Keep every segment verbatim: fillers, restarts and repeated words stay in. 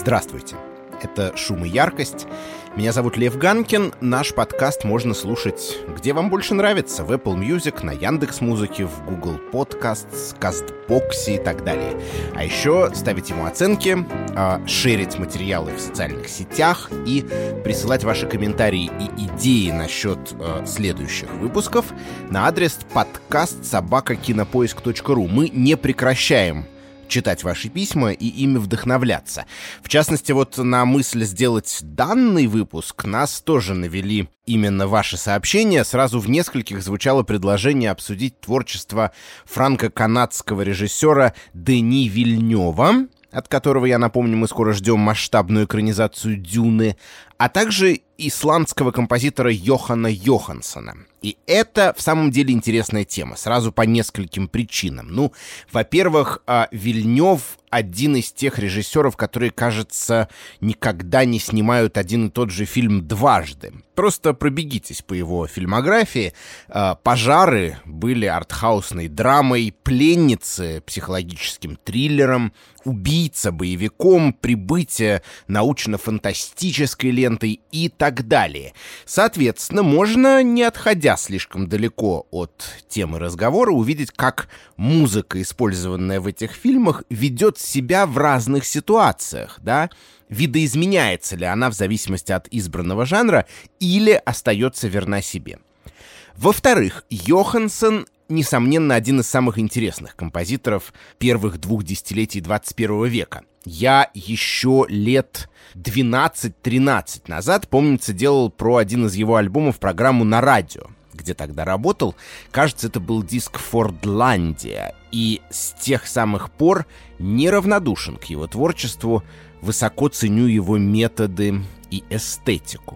Здравствуйте. Это «Шум и яркость». Меня зовут Лев Ганкин. Наш подкаст можно слушать где вам больше нравится. В Apple Music, на Яндекс.Музыке, в Google Podcasts, Кастбоксе и так далее. А еще ставить ему оценки, шерить материалы в социальных сетях и присылать ваши комментарии и идеи насчет следующих выпусков на адрес подкаст собака кинопоиск точка ру. Мы не прекращаем читать ваши письма и ими вдохновляться. В частности, вот на мысль сделать данный выпуск нас тоже навели именно ваши сообщения. Сразу в нескольких звучало предложение обсудить творчество франко-канадского режиссера Дени Вильнёва, от которого, я напомню, мы скоро ждем масштабную экранизацию «Дюны», а также исландского композитора Йохана Йоханссона. И это в самом деле интересная тема, сразу по нескольким причинам. Ну, во-первых, Вильнёв — один из тех режиссеров, которые, кажется, никогда не снимают один и тот же фильм дважды. Просто пробегитесь по его фильмографии. «Пожары» были артхаусной драмой, «Пленницы» — психологическим триллером, «Убийца» — боевиком, «Прибытие» — научно-фантастической лентой и так далее. Соответственно, можно, не отходя слишком далеко от темы разговора, увидеть, как музыка, использованная в этих фильмах, ведет себя в разных ситуациях, да? Видоизменяется ли она в зависимости от избранного жанра или остается верна себе. Во-вторых, Йоханссон, несомненно, один из самых интересных композиторов первых двух десятилетий двадцать первого века. Я еще лет двенадцать-тринадцать назад, помнится, делал про один из его альбомов программу на радио, где тогда работал. Кажется, это был диск «Фордландия». И с тех самых пор неравнодушен к его творчеству, высоко ценю его методы и эстетику.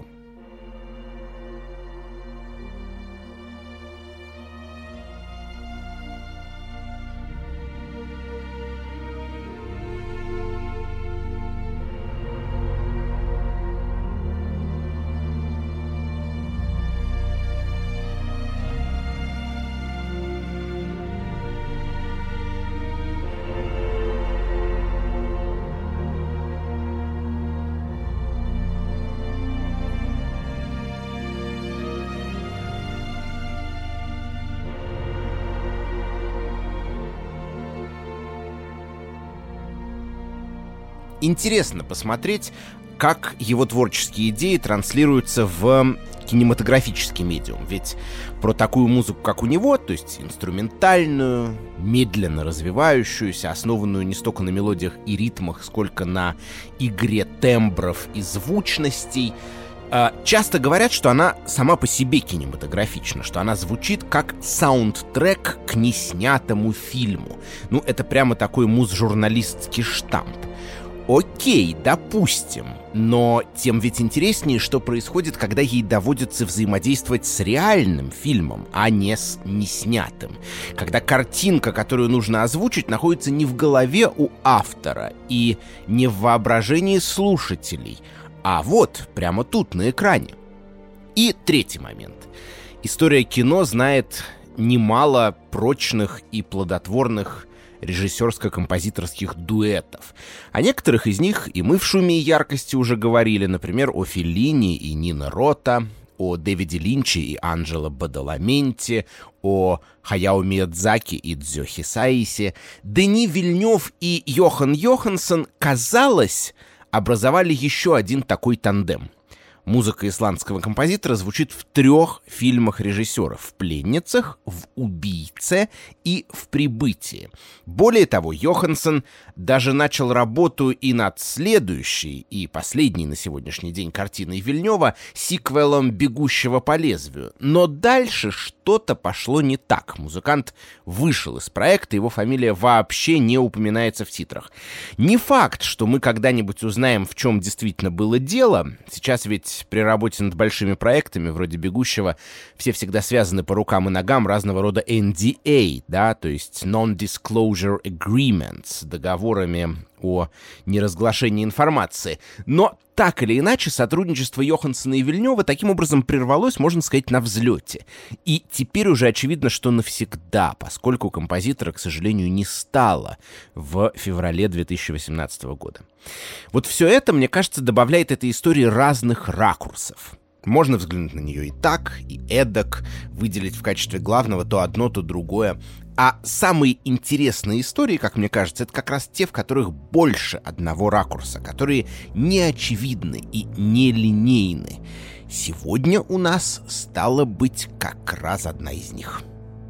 Интересно посмотреть, как его творческие идеи транслируются в кинематографический медиум. Ведь про такую музыку, как у него, то есть инструментальную, медленно развивающуюся, основанную не столько на мелодиях и ритмах, сколько на игре тембров и звучностей, часто говорят, что она сама по себе кинематографична, что она звучит как саундтрек к неснятому фильму. Ну, это прямо такой муз-журналистский штамп. Окей, допустим, но тем ведь интереснее, что происходит, когда ей доводится взаимодействовать с реальным фильмом, а не с неснятым. Когда картинка, которую нужно озвучить, находится не в голове у автора и не в воображении слушателей, а вот прямо тут, на экране. И третий момент. История кино знает немало прочных и плодотворных режиссерско-композиторских дуэтов. О некоторых из них и мы в «Шуме и яркости» уже говорили, например, о Феллини и Нино Рота, о Дэвиде Линче и Анджело Бадаламенте, о Хаяо Миядзаки и Дзё Хисаиси. Дени Вильнёв и Йохан Йоханссон, казалось, образовали еще один такой тандем. Музыка исландского композитора звучит в трех фильмах режиссера: в «Пленницах», в «Убийце» и в «Прибытии». Более того, Йоханссон даже начал работу и над следующей и последней на сегодняшний день картиной Вильнёва, сиквелом «Бегущего по лезвию». Но дальше что-то пошло не так. Музыкант вышел из проекта, его фамилия вообще не упоминается в титрах. Не факт, что мы когда-нибудь узнаем, в чем действительно было дело. Сейчас ведь при работе над большими проектами, вроде «Бегущего», все всегда связаны по рукам и ногам разного рода эн ди эй, да, то есть Non-Disclosure Agreements, договорами о неразглашении информации. Но так или иначе, сотрудничество Йоханссона и Вильнёва таким образом прервалось, можно сказать, на взлете. И теперь уже очевидно, что навсегда, поскольку композитора, к сожалению, не стало в феврале две тысячи восемнадцатого года. Вот все это, мне кажется, добавляет этой истории разных ракурсов. Можно взглянуть на нее и так, и эдак, выделить в качестве главного то одно, то другое. А самые интересные истории, как мне кажется, это как раз те, в которых больше одного ракурса, которые не очевидны и нелинейны. Сегодня у нас стало быть как раз одна из них.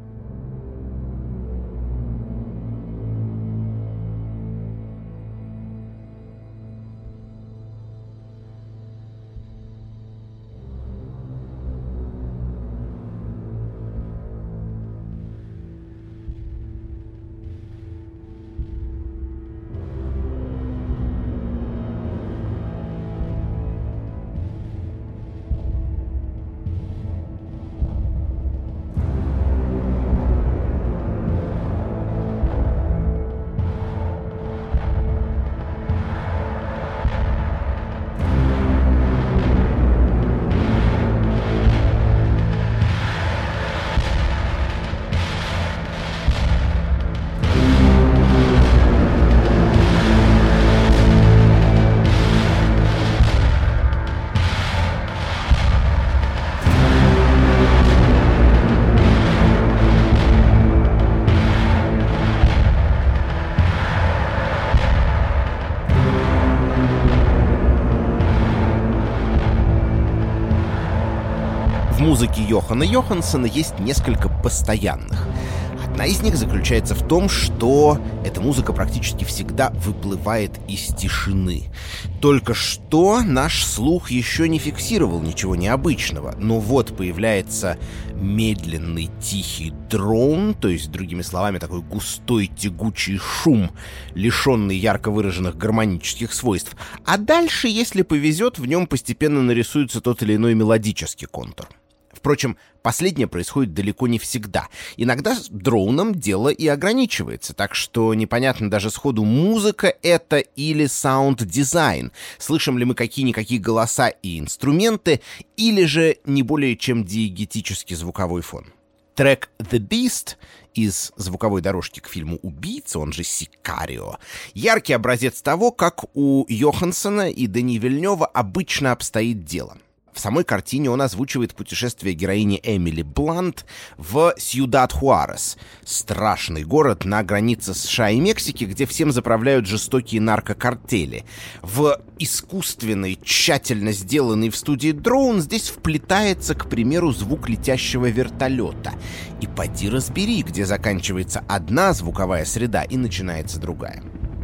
В музыке Йохана Йоханссона есть несколько постоянных. Одна из них заключается в том, что эта музыка практически всегда выплывает из тишины. Только что наш слух еще не фиксировал ничего необычного, но вот появляется медленный тихий дрон, то есть, другими словами, такой густой тягучий шум, лишенный ярко выраженных гармонических свойств. А дальше, если повезет, в нем постепенно нарисуется тот или иной мелодический контур. Впрочем, последнее происходит далеко не всегда. Иногда с дроуном дело и ограничивается, так что непонятно даже сходу, музыка это или саунд-дизайн, слышим ли мы какие-никакие голоса и инструменты, или же не более чем диегетический звуковой фон. Трек «The Beast» из звуковой дорожки к фильму «Убийца», он же «Сикарио», яркий образец того, как у Йоханссона и Дени Вильнёва обычно обстоит дело. В самой картине он озвучивает путешествие героини Эмили Блант в Сьюдад-Хуарес, страшный город на границе США и Мексики, где всем заправляют жестокие наркокартели. В искусственный, тщательно сделанный в студии дроун здесь вплетается, к примеру, звук летящего вертолета. И поди разбери, где заканчивается одна звуковая среда и начинается другая.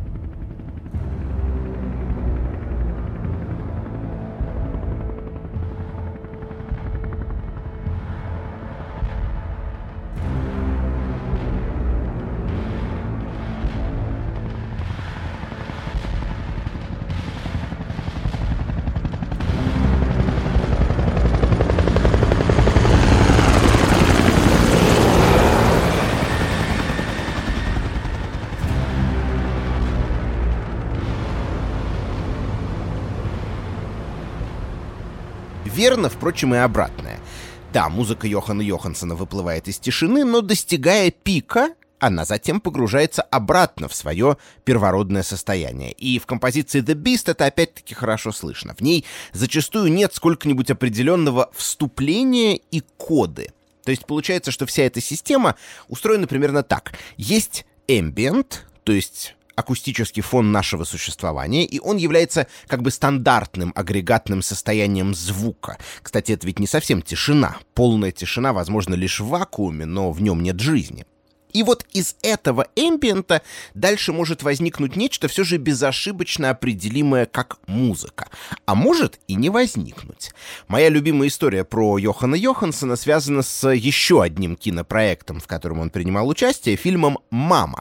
Верно, впрочем, и обратное. Да, музыка Йохана Йоханссона выплывает из тишины, но, достигая пика, она затем погружается обратно в свое первородное состояние. И в композиции «The Beast» это опять-таки хорошо слышно. В ней зачастую нет сколько-нибудь определенного вступления и коды. То есть получается, что вся эта система устроена примерно так. Есть ambient, то есть акустический фон нашего существования, и он является как бы стандартным агрегатным состоянием звука. Кстати, это ведь не совсем тишина. Полная тишина возможна лишь в вакууме, но в нем нет жизни. И вот из этого эмбиента дальше может возникнуть нечто все же безошибочно определимое как музыка. А может и не возникнуть. Моя любимая история про Йохана Йоханссона связана с еще одним кинопроектом, в котором он принимал участие, фильмом «Мама».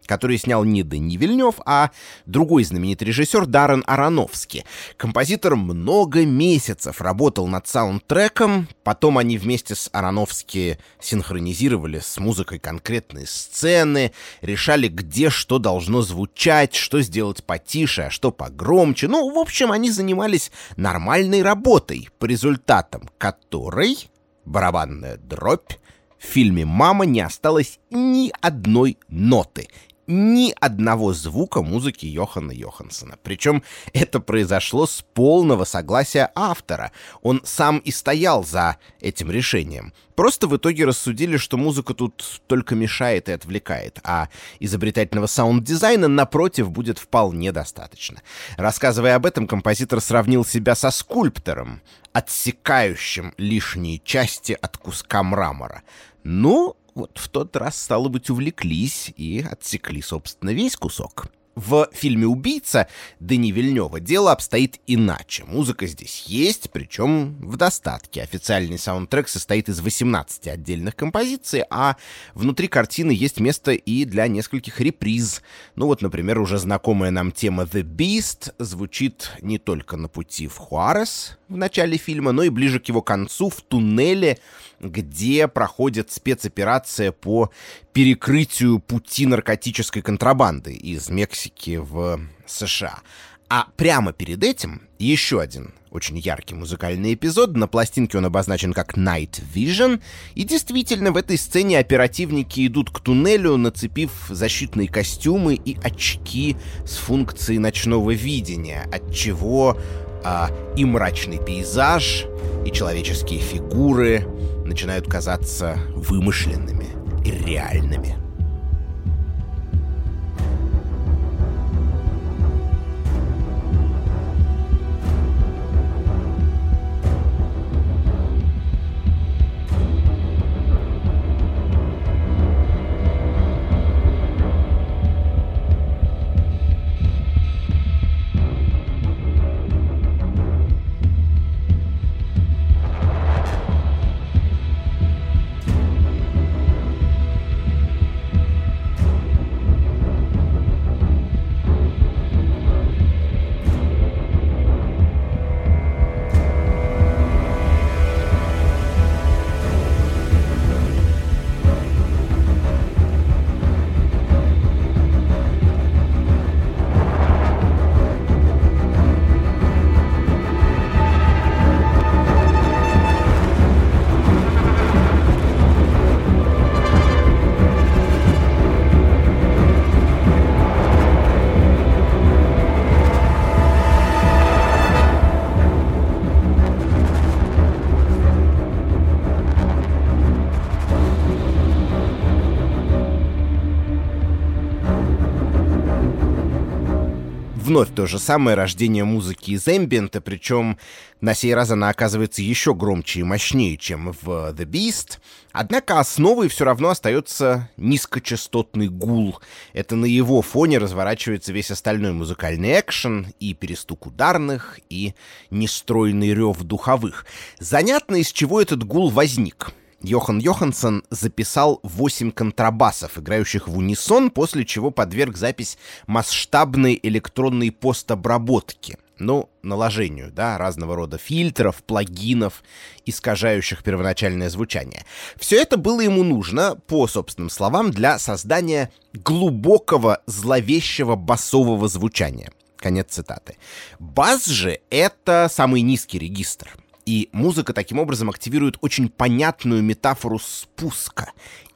который снял не Дени Вильнёв, а другой знаменитый режиссер Даррен Аронофски. Композитор много месяцев работал над саундтреком, потом они вместе с Аронофски синхронизировали с музыкой конкретные сцены, решали, где что должно звучать, что сделать потише, а что погромче. Ну, в общем, они занимались нормальной работой, по результатам которой барабанная дробь в фильме «Мама» не осталось ни одной ноты, ни одного звука музыки Йохана Йоханссона. Причем это произошло с полного согласия автора. Он сам и стоял за этим решением. Просто в итоге рассудили, что музыка тут только мешает и отвлекает, а изобретательного саунд-дизайна, напротив, будет вполне достаточно. Рассказывая об этом, композитор сравнил себя со скульптором, отсекающим лишние части от куска мрамора. Ну, вот в тот раз, стало быть, увлеклись и отсекли, собственно, весь кусок. В фильме «Убийца» Дени Вильнёва дело обстоит иначе. Музыка здесь есть, причем в достатке. Официальный саундтрек состоит из восемнадцати отдельных композиций, а внутри картины есть место и для нескольких реприз. Ну вот, например, уже знакомая нам тема «The Beast» звучит не только на пути в Хуарес в начале фильма, но и ближе к его концу в туннеле, где проходит спецоперация по перекрытию пути наркотической контрабанды из Мексики в США. А прямо перед этим еще один очень яркий музыкальный эпизод. На пластинке он обозначен как Night Vision. И действительно, в этой сцене оперативники идут к туннелю, нацепив защитные костюмы и очки с функцией ночного видения, отчего а, и мрачный пейзаж, и человеческие фигуры начинают казаться вымышленными и реальными. Вновь то же самое рождение музыки из эмбиента, причем на сей раз она оказывается еще громче и мощнее, чем в The Beast. Однако основой все равно остается низкочастотный гул. Это на его фоне разворачивается весь остальной музыкальный экшен, и перестук ударных, и нестройный рев духовых. Занятно, из чего этот гул возник. Йохан Йоханссон записал восемь контрабасов, играющих в унисон, после чего подверг запись масштабной электронной постобработке. Ну, наложению, да, разного рода фильтров, плагинов, искажающих первоначальное звучание. Все это было ему нужно, по собственным словам, для создания глубокого, зловещего басового звучания. Конец цитаты. Бас же — это самый низкий регистр. И музыка таким образом активирует очень понятную метафору спуска,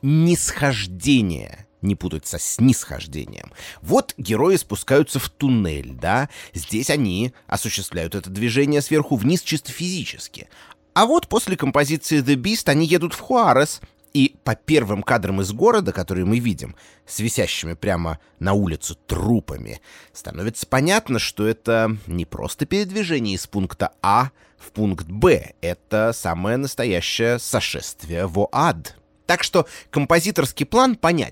нисхождения. Не путать со снисхождением. Вот герои спускаются в туннель, да? Здесь они осуществляют это движение сверху вниз чисто физически. А вот после композиции The Beast они едут в Хуарес, и по первым кадрам из города, которые мы видим, с висящими прямо на улицу трупами, становится понятно, что это не просто передвижение из пункта А в пункт Б. Это самое настоящее сошествие во ад. Так что композиторский план понятен.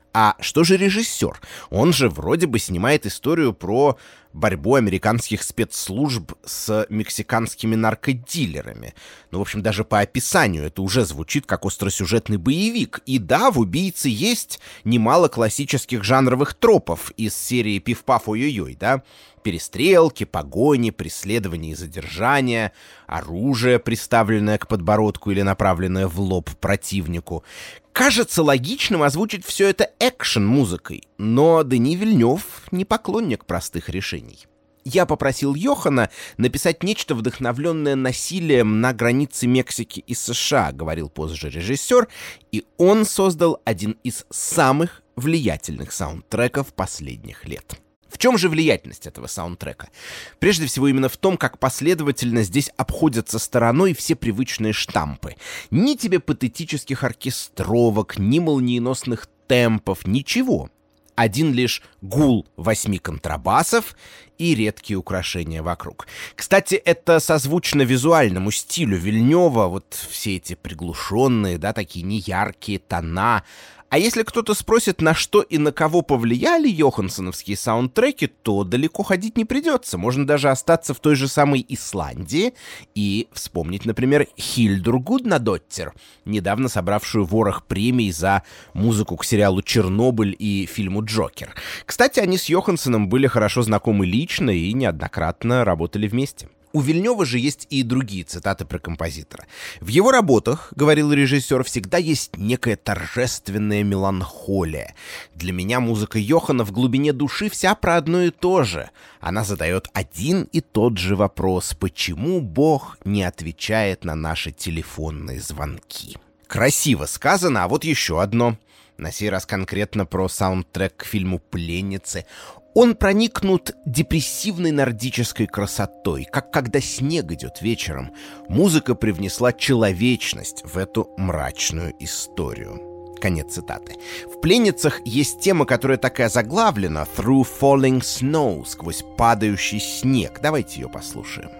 А что же режиссер? Он же вроде бы снимает историю про борьбу американских спецслужб с мексиканскими наркодилерами. Ну, в общем, даже по описанию это уже звучит как остросюжетный боевик. И да, в «Убийце» есть немало классических жанровых тропов из серии «Пиф-паф, ой-ой-ой», да? Перестрелки, погони, преследования и задержания, оружие, приставленное к подбородку или направленное в лоб противнику. Кажется логичным озвучить все это экшен-музыкой, но Дени Вильнёв не поклонник простых решений. Я попросил Йохана написать нечто, вдохновленное насилием на границе Мексики и США, говорил позже режиссер, и он создал один из самых влиятельных саундтреков последних лет. В чем же влиятельность этого саундтрека? Прежде всего именно в том, как последовательно здесь обходятся стороной все привычные штампы. Ни тебе патетических оркестровок, ни молниеносных темпов, ничего. Один лишь гул восьми контрабасов и редкие украшения вокруг. Кстати, это созвучно визуальному стилю Вильнёва, вот все эти приглушенные, да, такие неяркие тона. А если кто-то спросит, на что и на кого повлияли йоханссоновские саундтреки, то далеко ходить не придется. Можно даже остаться в той же самой Исландии и вспомнить, например, Хильdur Гуднадоттир, недавно собравшую ворох премий за музыку к сериалу «Чернобыль» и фильму «Джокер». Кстати, они с Йоханссоном были хорошо знакомы лично и неоднократно работали вместе. У Вильнёва же есть и другие цитаты про композитора. В его работах, говорил режиссер, всегда есть некая торжественная меланхолия. Для меня музыка Йохана в глубине души вся про одно и то же. Она задает один и тот же вопрос: почему Бог не отвечает на наши телефонные звонки? Красиво сказано, а вот еще одно. На сей раз конкретно про саундтрек к фильму «Пленницы». Он проникнут депрессивной нордической красотой, как когда снег идет вечером. Музыка привнесла человечность в эту мрачную историю. Конец цитаты. В «Пленницах» есть тема, которая такая заглавлена «Through falling snow», сквозь падающий снег. Давайте ее послушаем.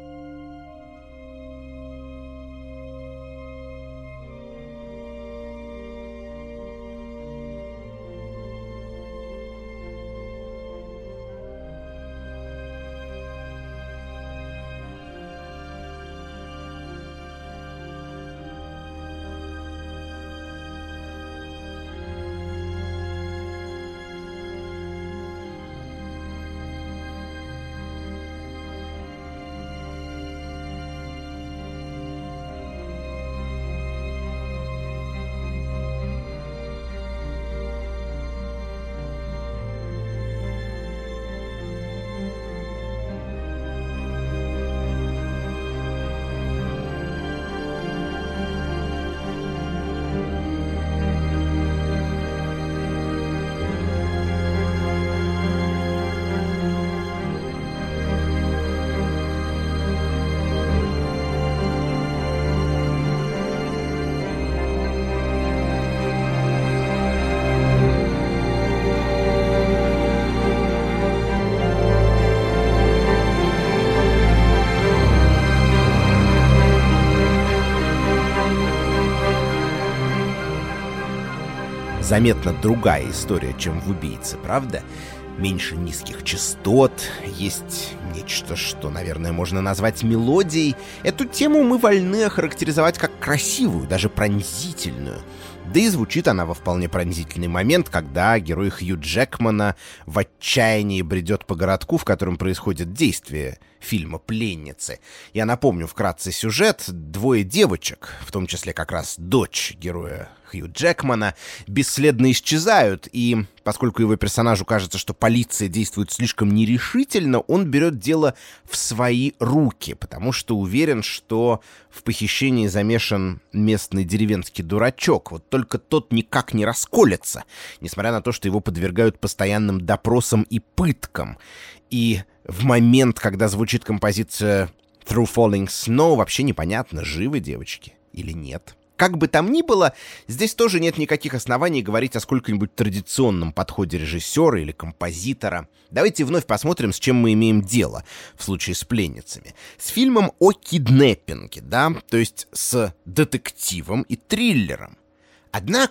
Заметно другая история, чем в «Убийце», правда? Меньше низких частот, есть нечто, что, наверное, можно назвать мелодией. Эту тему мы вольны охарактеризовать как красивую, даже пронзительную. Да и звучит она во вполне пронзительный момент, когда герой Хью Джекмана в отчаянии бредет по городку, в котором происходит действие фильма «Пленницы». Я напомню вкратце сюжет. Двое девочек, в том числе как раз дочь героя Хью Джекмана, бесследно исчезают, и поскольку его персонажу кажется, что полиция действует слишком нерешительно, он берет дело в свои руки, потому что уверен, что в похищении замешан местный деревенский дурачок. Вот только тот никак не расколется, несмотря на то, что его подвергают постоянным допросам и пыткам. И в момент, когда звучит композиция «Through Falling Snow», вообще непонятно, живы девочки или нет. Как бы там ни было, здесь тоже нет никаких оснований говорить о сколько-нибудь традиционном подходе режиссера или композитора. Давайте вновь посмотрим, с чем мы имеем дело в случае с «Пленницами». С фильмом о киднеппинге, да, то есть с детективом и триллером. Однако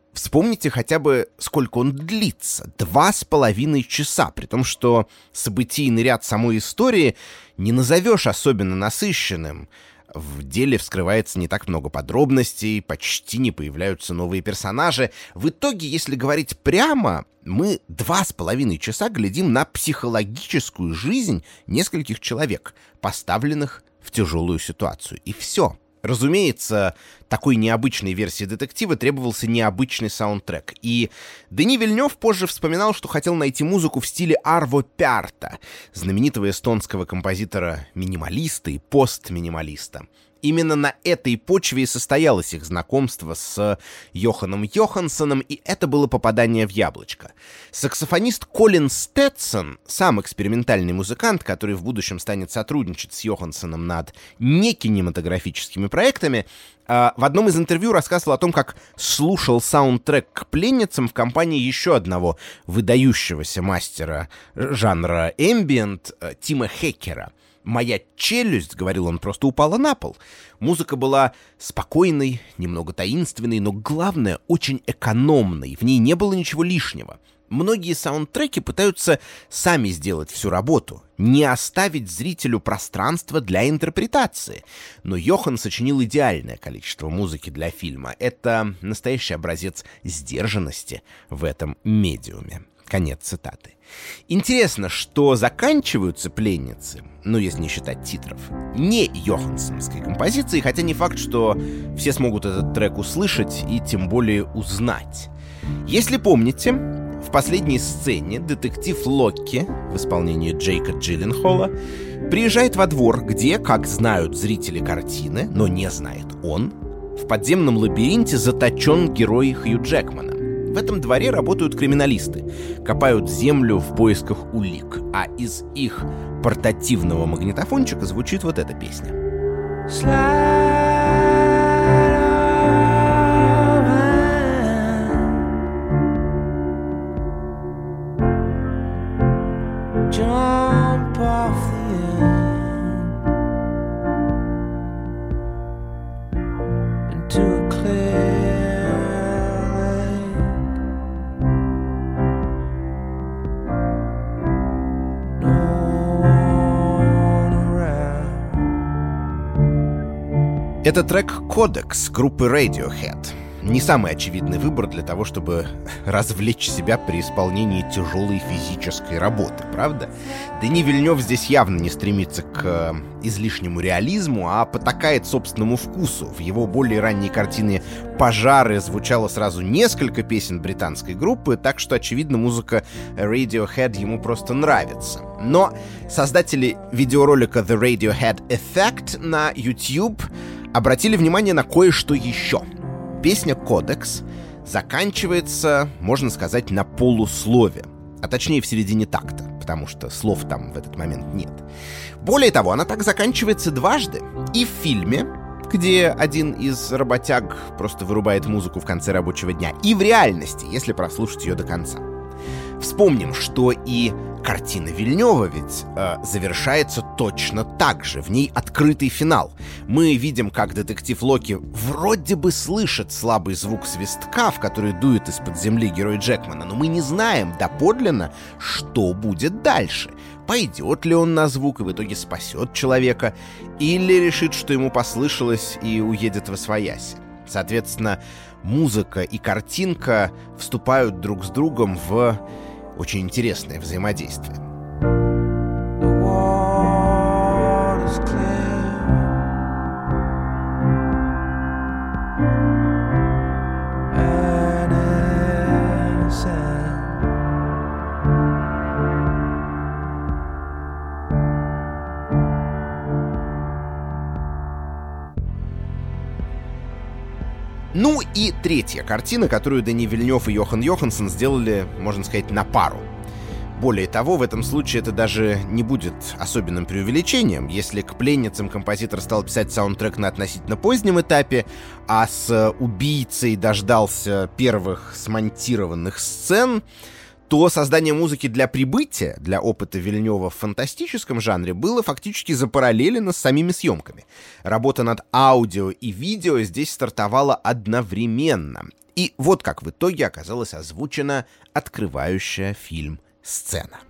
Вспомните хотя бы, сколько он длится. Два с половиной часа, при том, что событийный ряд самой истории не назовешь особенно насыщенным. В деле вскрывается не так много подробностей, почти не появляются новые персонажи. В итоге, если говорить прямо, мы два с половиной часа глядим на психологическую жизнь нескольких человек, поставленных в тяжелую ситуацию. И все. Разумеется, такой необычной версии детектива требовался необычный саундтрек. И Дени Вильнёв позже вспоминал, что хотел найти музыку в стиле Арво Пярта, знаменитого эстонского композитора-минималиста и постминималиста. Именно на этой почве и состоялось их знакомство с Йоханом Йоханссоном, и это было попадание в яблочко. Саксофонист Колин Стэтсон, сам экспериментальный музыкант, который в будущем станет сотрудничать с Йоханссоном над некинематографическими проектами, в одном из интервью рассказывал о том, как слушал саундтрек к «Пленницам» в компании еще одного выдающегося мастера жанра эмбиент Тима Хеккера. «Моя челюсть, — говорил он, — просто упала на пол. Музыка была спокойной, немного таинственной, но, главное, очень экономной. В ней не было ничего лишнего. Многие саундтреки пытаются сами сделать всю работу, не оставить зрителю пространства для интерпретации. Но Йохан сочинил идеальное количество музыки для фильма. Это настоящий образец сдержанности в этом медиуме». Конец цитаты. Интересно, что заканчиваются «Пленницы», ну, если не считать титров, не йоханссоновской композицией, хотя не факт, что все смогут этот трек услышать и тем более узнать. Если помните, в последней сцене детектив Локки в исполнении Джейка Джилленхола приезжает во двор, где, как знают зрители картины, но не знает он, в подземном лабиринте заточен герой Хью Джекмана. В этом дворе работают криминалисты, копают землю в поисках улик, а из их портативного магнитофончика звучит вот эта песня. Это трек «Codex» группы Radiohead. Не самый очевидный выбор для того, чтобы развлечь себя при исполнении тяжелой физической работы, правда? Дени Вильнёв здесь явно не стремится к излишнему реализму, а потакает собственному вкусу. В его более ранней картине «Пожары» звучало сразу несколько песен британской группы, так что, очевидно, музыка Radiohead ему просто нравится. Но создатели видеоролика The Radiohead Effect на YouTube обратили внимание на кое-что еще. Песня «Кодекс» заканчивается, можно сказать, на полуслове, а точнее в середине такта, потому что слов там в этот момент нет. Более того, она так заканчивается дважды. И в фильме, где один из работяг просто вырубает музыку в конце рабочего дня, и в реальности, если прослушать ее до конца. Вспомним, что и картина Вильнёва ведь э, завершается точно так же. В ней открытый финал. Мы видим, как детектив Локки вроде бы слышит слабый звук свистка, в который дует из-под земли герой Джекмана, но мы не знаем доподлинно, что будет дальше. Пойдет ли он на звук и в итоге спасет человека, или решит, что ему послышалось, и уедет восвояси. Соответственно, музыка и картинка вступают друг с другом в очень интересное взаимодействие. Ну и третья картина, которую Дени Вильнёв и Йохан Йоханссон сделали, можно сказать, на пару. Более того, в этом случае это даже не будет особенным преувеличением. Если к «Пленницам» композитор стал писать саундтрек на относительно позднем этапе, а с «Убийцей» дождался первых смонтированных сцен, то создание музыки для «Прибытия», для опыта Вильнёва в фантастическом жанре, было фактически запараллелено с самими съемками. Работа над аудио и видео здесь стартовала одновременно. И вот как в итоге оказалась озвучена открывающая фильм сцена.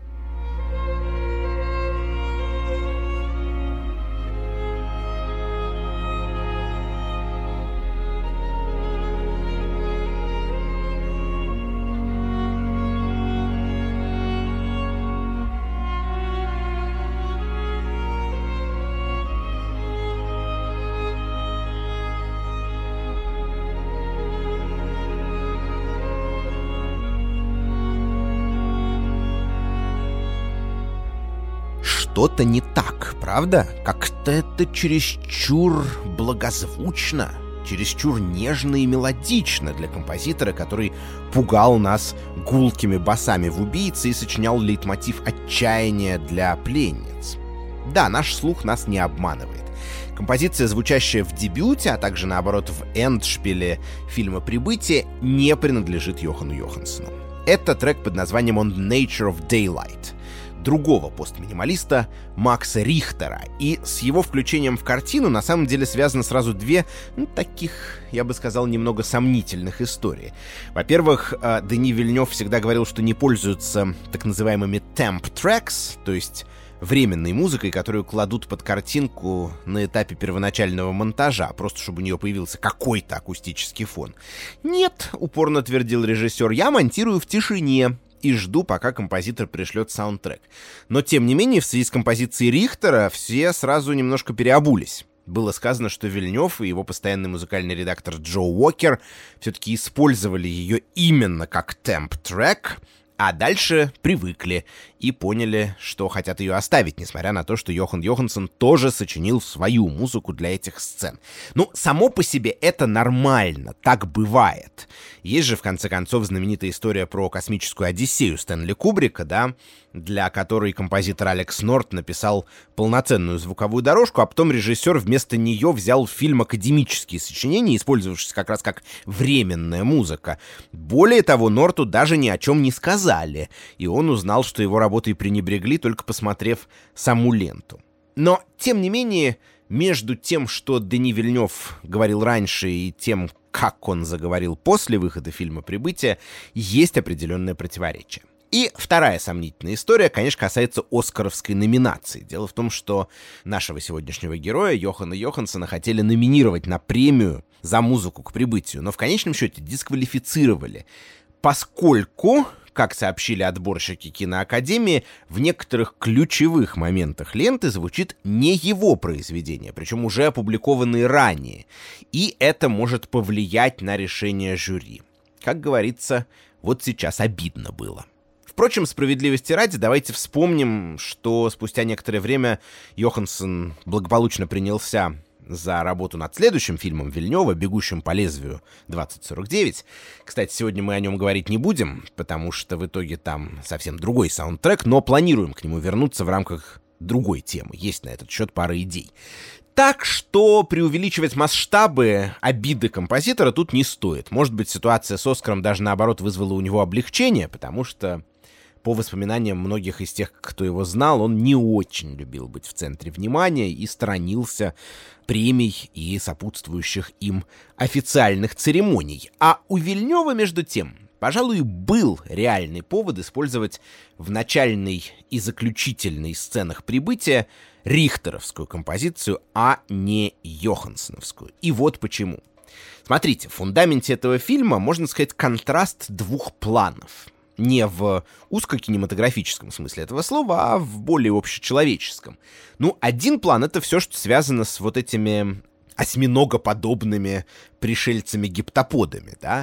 Что-то не так, правда? Как-то это чересчур благозвучно, чересчур нежно и мелодично для композитора, который пугал нас гулкими басами в «Убийце» и сочинял лейтмотив отчаяния для пленниц. Да, наш слух нас не обманывает. Композиция, звучащая в дебюте, а также, наоборот, в эндшпиле фильма «Прибытие», не принадлежит Йохану Йоханссону. Это трек под названием «On the Nature of Daylight» другого постминималиста Макса Рихтера. И с его включением в картину на самом деле связаны сразу две, ну, таких, я бы сказал, немного сомнительных истории. Во-первых, Дени Вильнёв всегда говорил, что не пользуются так называемыми temp tracks, то есть временной музыкой, которую кладут под картинку на этапе первоначального монтажа, просто чтобы у нее появился какой-то акустический фон. Нет, упорно твердил режиссер, я монтирую в тишине и жду, пока композитор пришлет саундтрек. Но, тем не менее, в связи с композицией Рихтера все сразу немножко переобулись. Было сказано, что Вильнёв и его постоянный музыкальный редактор Джо Уокер все-таки использовали ее именно как темп-трек, а дальше привыкли и поняли, что хотят ее оставить, несмотря на то, что Йохан Йоханссон тоже сочинил свою музыку для этих сцен. Ну, само по себе это нормально, так бывает. Есть же, в конце концов, знаменитая история про космическую Одиссею Стэнли Кубрика, да, для которой композитор Алекс Норт написал полноценную звуковую дорожку, а потом режиссер вместо нее взял в фильм академические сочинения, использовавшиеся как раз как временная музыка. Более того, Норту даже ни о чем не сказали, и он узнал, что его работой пренебрегли, только посмотрев саму ленту. Но, тем не менее, между тем, что Дени Вильнёв говорил раньше, и тем, как он заговорил после выхода фильма «Прибытие», есть определенное противоречие. И вторая сомнительная история, конечно, касается оскаровской номинации. Дело в том, что нашего сегодняшнего героя, Йохана Йоханссона, хотели номинировать на премию за музыку к «Прибытию», но в конечном счете дисквалифицировали, поскольку, как сообщили отборщики киноакадемии, в некоторых ключевых моментах ленты звучит не его произведение, причем уже опубликованные ранее, и это может повлиять на решение жюри. Как говорится, вот сейчас обидно было. Впрочем, справедливости ради, давайте вспомним, что спустя некоторое время Йоханссон благополучно принялся за работу над следующим фильмом Вильнёва «Бегущим по лезвию двадцать сорок девять». Кстати, сегодня мы о нем говорить не будем, потому что в итоге там совсем другой саундтрек, но планируем к нему вернуться в рамках другой темы. Есть на этот счет пара идей. Так что преувеличивать масштабы обиды композитора тут не стоит. Может быть, ситуация с Оскаром даже наоборот вызвала у него облегчение, потому что, по воспоминаниям многих из тех, кто его знал, он не очень любил быть в центре внимания и сторонился премий и сопутствующих им официальных церемоний. А у Вильнёва, между тем, пожалуй, был реальный повод использовать в начальной и заключительной сценах «Прибытия» рихтеровскую композицию, а не йоханссоновскую. И вот почему. Смотрите, в фундаменте этого фильма, можно сказать, контраст двух планов. Не в узкокинематографическом смысле этого слова, а в более общечеловеческом. Ну, один план — это все, что связано с вот этими осьминогоподобными пришельцами-гиптоподами, да,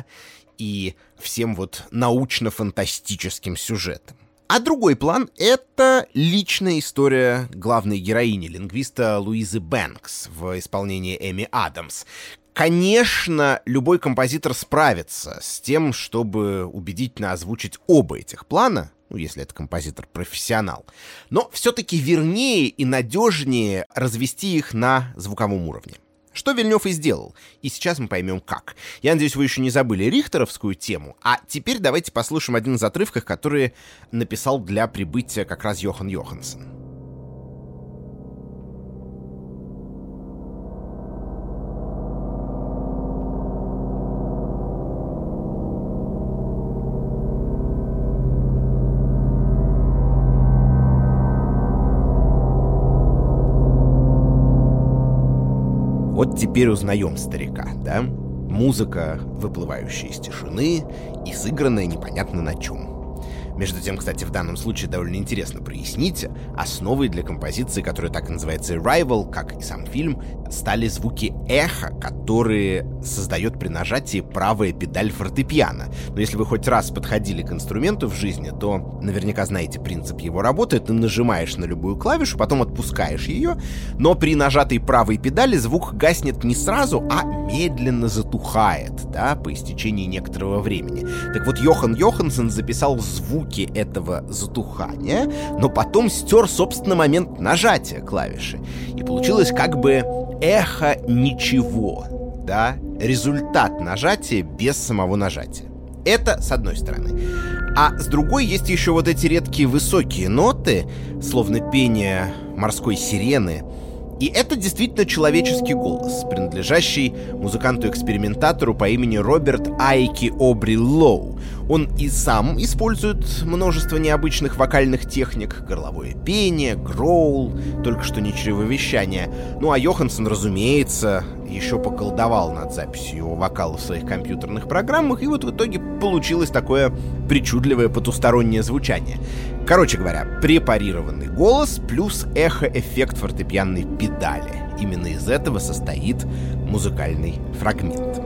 и всем вот научно-фантастическим сюжетом. А другой план — это личная история главной героини, лингвиста Луизы Бэнкс в исполнении Эми Адамс. Конечно, любой композитор справится с тем, чтобы убедительно озвучить оба этих плана, ну, если это композитор-профессионал, но все-таки вернее и надежнее развести их на звуковом уровне. Что Вильнёв и сделал, и сейчас мы поймем как. Я надеюсь, вы еще не забыли рихтеровскую тему, а теперь давайте послушаем один из отрывков, который написал для «Прибытия» как раз Йохан Йоханссон. Вот теперь узнаем старика, да? Музыка, выплывающая из тишины и сыгранная непонятно на чем. Между тем, кстати, в данном случае довольно интересно прояснить, основой для композиции, которая так и называется Arrival, как и сам фильм, стали звуки эха, которые создает при нажатии правая педаль фортепиано. Но если вы хоть раз подходили к инструменту в жизни, то наверняка знаете принцип его работы. Ты нажимаешь на любую клавишу, потом отпускаешь ее, но при нажатой правой педали звук гаснет не сразу, а медленно затухает, да, по истечении некоторого времени. Так вот, Йохан Йоханссон записал звуки этого затухания, но потом стер, собственно, момент нажатия клавиши. И получилось как бы эхо ничего, да, результат нажатия без самого нажатия. Это с одной стороны. А с другой есть еще вот эти редкие высокие ноты, словно пение морской сирены. И это действительно человеческий голос, принадлежащий музыканту-экспериментатору по имени Роберт Айки Обри Лоу. Он и сам использует множество необычных вокальных техник: горловое пение, гроул, только что не чревовещание. Ну а Йоханссон, разумеется, еще поколдовал над записью его вокала в своих компьютерных программах, и вот в итоге получилось такое причудливое потустороннее звучание. Короче говоря, препарированный голос плюс эхо-эффект фортепианной педали. Именно из этого состоит музыкальный фрагмент.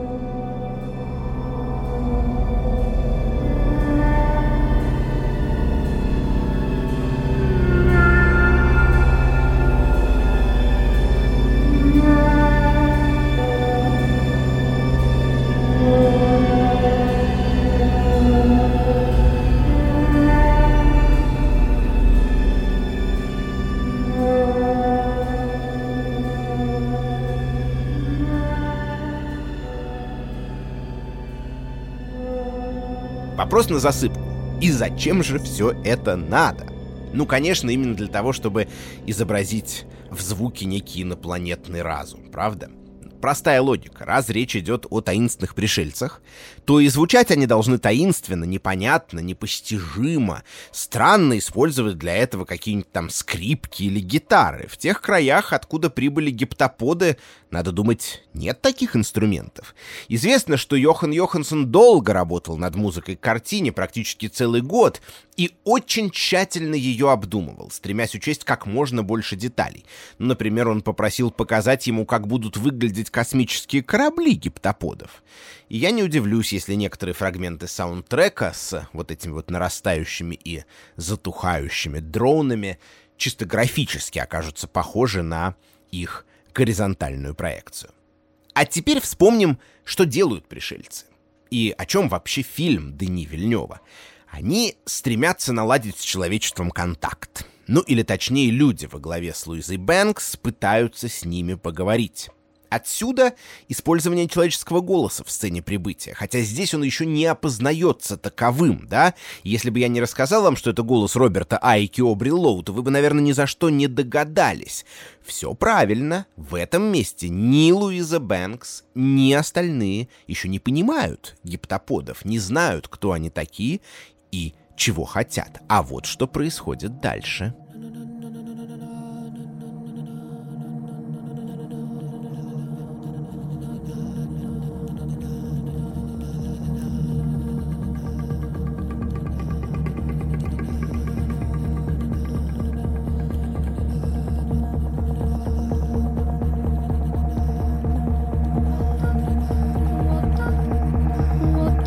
Вопрос на засыпку. И зачем же все это надо? Ну, конечно, именно для того, чтобы изобразить в звуке некий инопланетный разум, правда? Простая логика. Раз речь идет о таинственных пришельцах, то и звучать они должны таинственно, непонятно, непостижимо. Странно использовать для этого какие-нибудь там скрипки или гитары. В тех краях, откуда прибыли гиптоподы, надо думать, нет таких инструментов. Известно, что Йохан Йоханссон долго работал над музыкой к картине, практически целый год, и очень тщательно ее обдумывал, стремясь учесть как можно больше деталей. Ну, например, он попросил показать ему, как будут выглядеть космические корабли гиптоподов. И я не удивлюсь, если некоторые фрагменты саундтрека с вот этими вот нарастающими и затухающими дронами чисто графически окажутся похожи на их горизонтальную проекцию. А теперь вспомним, что делают пришельцы. И о чем вообще фильм Дени Вильнёва. Они стремятся наладить с человечеством контакт. Ну или точнее, люди во главе с Луизой Бэнкс пытаются с ними поговорить. Отсюда использование человеческого голоса в сцене прибытия, хотя здесь он еще не опознается таковым, да? Если бы я не рассказал вам, что это голос Роберта Айки Обри Лоу, то вы бы, наверное, ни за что не догадались. Все правильно, в этом месте ни Луиза Бэнкс, ни остальные еще не понимают гиптоподов, не знают, кто они такие и чего хотят. А вот что происходит дальше.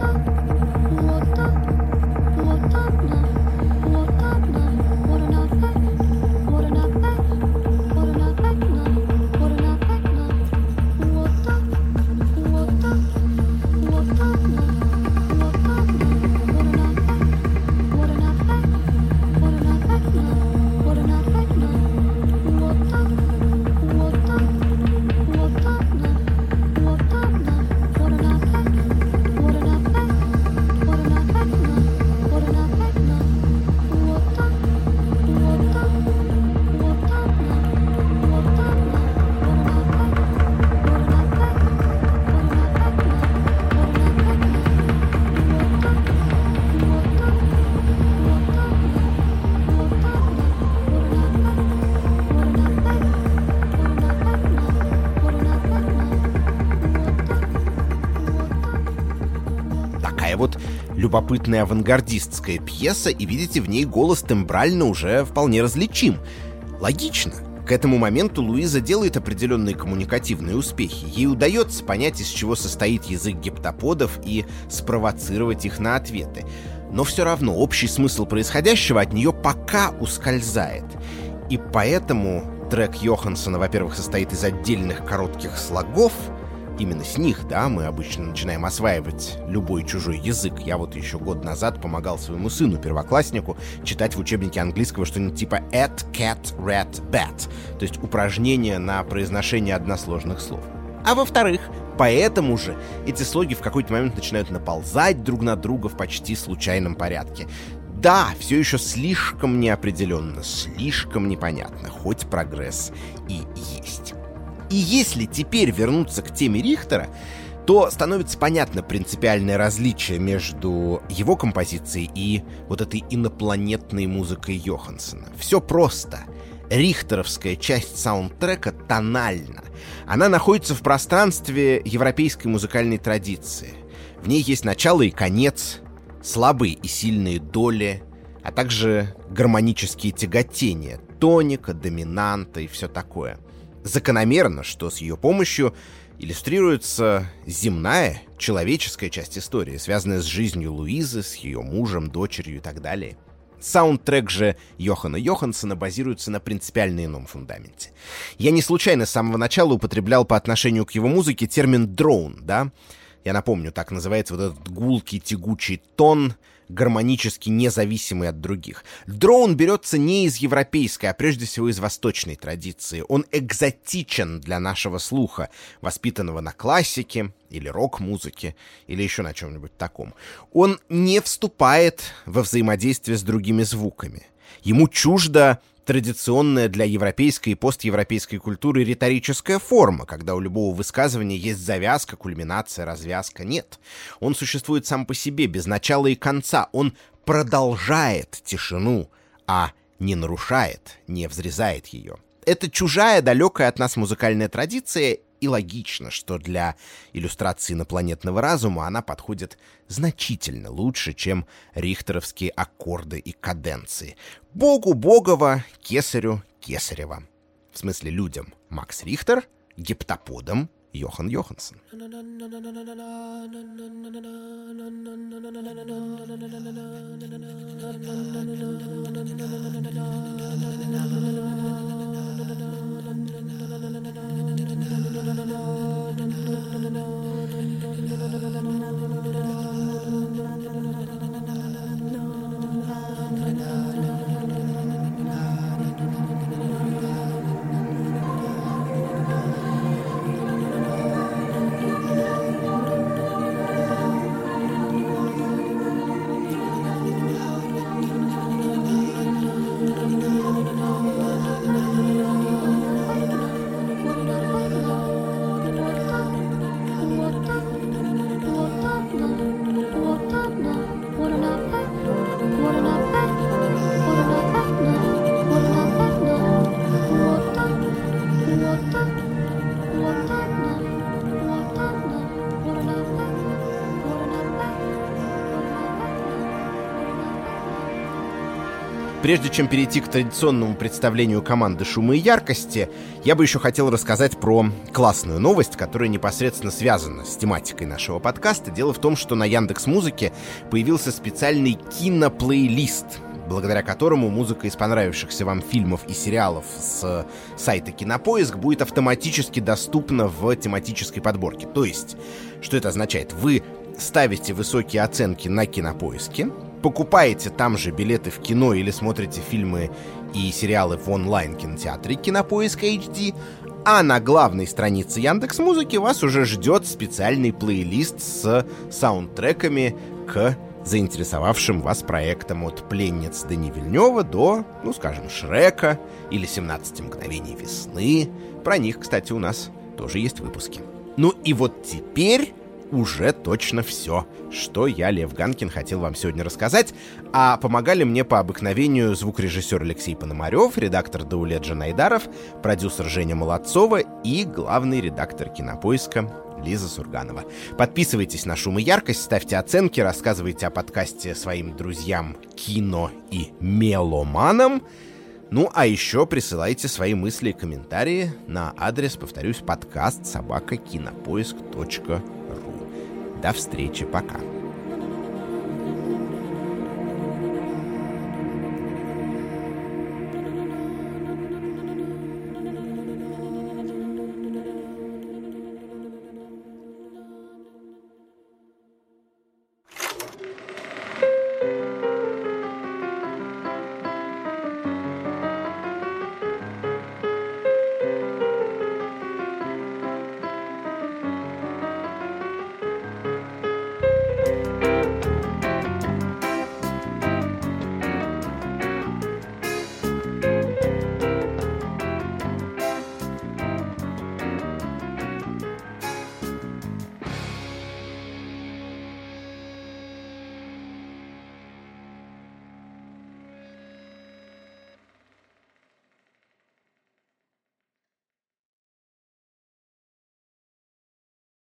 What такая вот любопытная авангардистская пьеса, и, видите, в ней голос тембрально уже вполне различим. Логично. К этому моменту Луиза делает определенные коммуникативные успехи. Ей удается понять, из чего состоит язык гептоподов, и спровоцировать их на ответы. Но все равно общий смысл происходящего от нее пока ускользает. И поэтому трек Йоханссона, во-первых, состоит из отдельных коротких слогов. Именно с них, да, мы обычно начинаем осваивать любой чужой язык. Я вот еще год назад помогал своему сыну, первокласснику, читать в учебнике английского что-нибудь типа «at», «cat», «rat», «bat», то есть упражнения на произношение односложных слов. А во-вторых, поэтому же эти слоги в какой-то момент начинают наползать друг на друга в почти случайном порядке. Да, все еще слишком неопределенно, слишком непонятно, хоть прогресс и есть. И если теперь вернуться к теме Рихтера, то становится понятно принципиальное различие между его композицией и вот этой инопланетной музыкой Йохансссона. Все просто. Рихтеровская часть саундтрека тональна. Она находится в пространстве европейской музыкальной традиции. В ней есть начало и конец, слабые и сильные доли, а также гармонические тяготения, тоника, доминанта и все такое. Закономерно, что с ее помощью иллюстрируется земная, человеческая часть истории, связанная с жизнью Луизы, с ее мужем, дочерью и так далее. Саундтрек же Йохана Йоханссона базируется на принципиально ином фундаменте. Я не случайно с самого начала употреблял по отношению к его музыке термин «дроун», да? Я напомню, так называется вот этот гулкий, тягучий тон, гармонически независимый от других. Дроун берется не из европейской, а прежде всего из восточной традиции. Он экзотичен для нашего слуха, воспитанного на классике или рок-музыке, или еще на чем-нибудь таком. Он не вступает во взаимодействие с другими звуками. Ему чуждо традиционная для европейской и постевропейской культуры риторическая форма, когда у любого высказывания есть завязка, кульминация, развязка. Нет. Он существует сам по себе, без начала и конца. Он продолжает тишину, а не нарушает, не взрезает ее. Это чужая, далекая от нас музыкальная традиция, и логично, что для иллюстрации инопланетного разума она подходит значительно лучше, чем рихтеровские аккорды и каденции. Богу Богова, кесарю Кесарева. В смысле людям Макс Рихтер, гептоподам Йохан Йоханссон. Прежде чем перейти к традиционному представлению команды «Шума и яркости», я бы еще хотел рассказать про классную новость, которая непосредственно связана с тематикой нашего подкаста. Дело в том, что на Яндекс.Музыке появился специальный киноплейлист, благодаря которому музыка из понравившихся вам фильмов и сериалов с сайта Кинопоиск будет автоматически доступна в тематической подборке. То есть, что это означает? Вы ставите высокие оценки на Кинопоиске, покупаете там же билеты в кино или смотрите фильмы и сериалы в онлайн-кинотеатре Кинопоиск эйч ди, а на главной странице Яндекс.Музыки вас уже ждет специальный плейлист с саундтреками к заинтересовавшим вас проектам от «Пленниц» Дени Вильнёва до, ну, скажем, «Шрека» или «семнадцати мгновений весны». Про них, кстати, у нас тоже есть выпуски. Ну и вот теперь уже точно все, что я, Лев Ганкин, хотел вам сегодня рассказать. А помогали мне по обыкновению звукорежиссер Алексей Пономарев, редактор Даулет Жанайдаров, продюсер Женя Молодцова и главный редактор Кинопоиска Лиза Сурганова. Подписывайтесь на «Шум и яркость», ставьте оценки, рассказывайте о подкасте своим друзьям, кино и меломанам. Ну, а еще присылайте свои мысли и комментарии на адрес, повторюсь, подкаст собака кинопоиск точка ру. До встречи, пока.